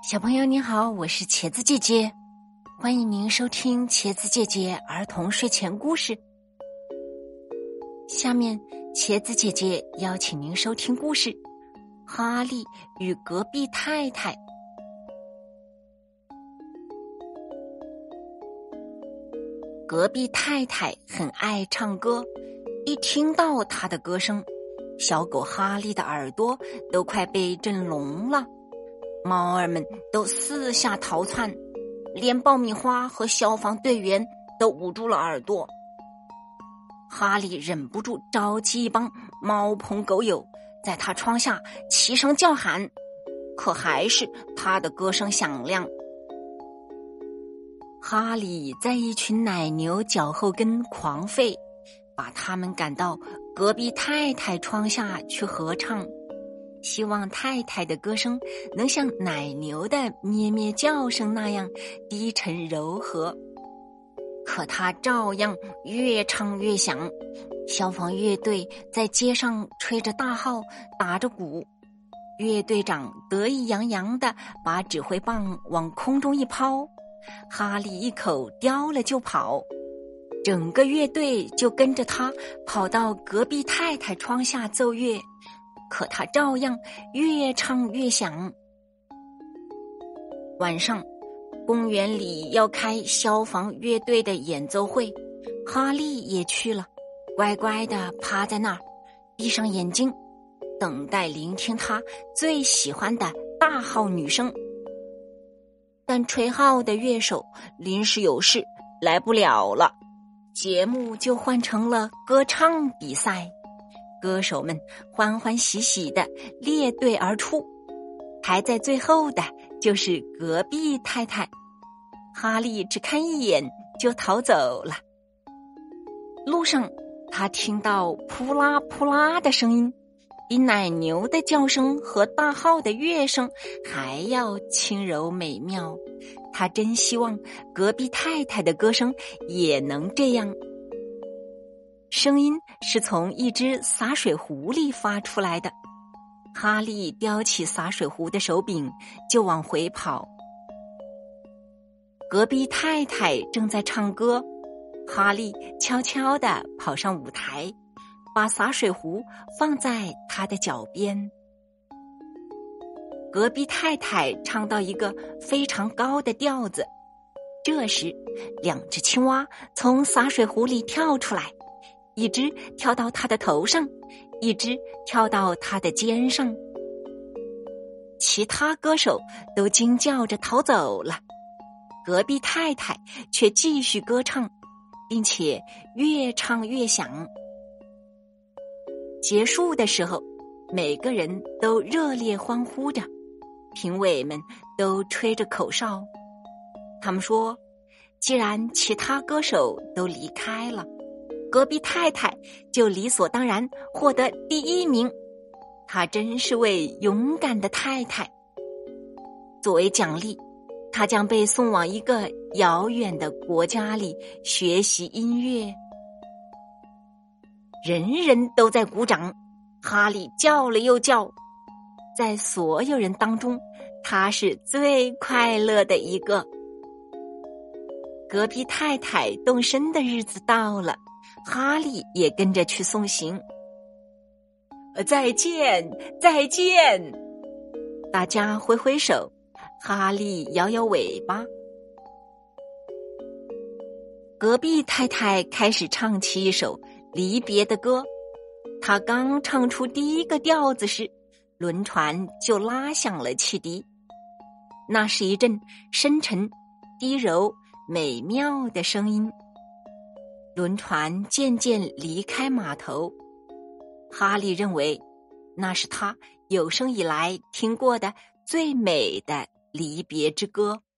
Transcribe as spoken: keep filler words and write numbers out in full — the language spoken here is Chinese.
小朋友你好，我是茄子姐姐，欢迎您收听茄子姐姐儿童睡前故事。下面茄子姐姐邀请您收听故事《哈利与隔壁太太》。隔壁太太很爱唱歌，一听到她的歌声，小狗哈利的耳朵都快被震聋了。猫儿们都四下逃窜，连爆米花和消防队员都捂住了耳朵。哈利忍不住召集一帮猫朋狗友，在他窗下齐声叫喊，可还是他的歌声响亮。哈利在一群奶牛脚后跟狂吠，把他们赶到隔壁太太窗下去合唱，希望太太的歌声能像奶牛的咩咩叫声那样低沉柔和。可他照样越唱越响，消防乐队在街上吹着大号，打着鼓，乐队长得意洋洋地把指挥棒往空中一抛，哈利一口叼了就跑，整个乐队就跟着他跑到隔壁太太窗下奏乐，可他照样越唱越响。晚上，公园里要开消防乐队的演奏会，哈利也去了，乖乖地趴在那儿，闭上眼睛，等待聆听他最喜欢的大号女声。但吹号的乐手临时有事来不了了，节目就换成了歌唱比赛。歌手们欢欢喜喜地列队而出，排在最后的就是隔壁太太。哈利只看一眼就逃走了。路上，他听到扑啦扑啦的声音，比奶牛的叫声和大号的乐声还要轻柔美妙。他真希望隔壁太太的歌声也能这样。声音是从一只洒水壶里发出来的，哈利叼起洒水壶的手柄就往回跑。隔壁太太正在唱歌，哈利悄悄地跑上舞台，把洒水壶放在他的脚边。隔壁太太唱到一个非常高的调子，这时两只青蛙从洒水壶里跳出来，一只跳到他的头上，一只跳到他的肩上。其他歌手都惊叫着逃走了，隔壁太太却继续歌唱，并且越唱越响。结束的时候，每个人都热烈欢呼着，评委们都吹着口哨。他们说，既然其他歌手都离开了，隔壁太太就理所当然获得第一名，她真是位勇敢的太太。作为奖励，她将被送往一个遥远的国家里学习音乐。人人都在鼓掌，哈利叫了又叫，在所有人当中，他是最快乐的一个。隔壁太太动身的日子到了，哈利也跟着去送行。再见，再见！大家挥挥手，哈利摇摇尾巴。隔壁太太开始唱起一首离别的歌，她刚唱出第一个调子时，轮船就拉响了汽笛。那是一阵深沉、低柔、美妙的声音。轮船渐渐离开码头，哈利认为那是他有生以来听过的最美的离别之歌。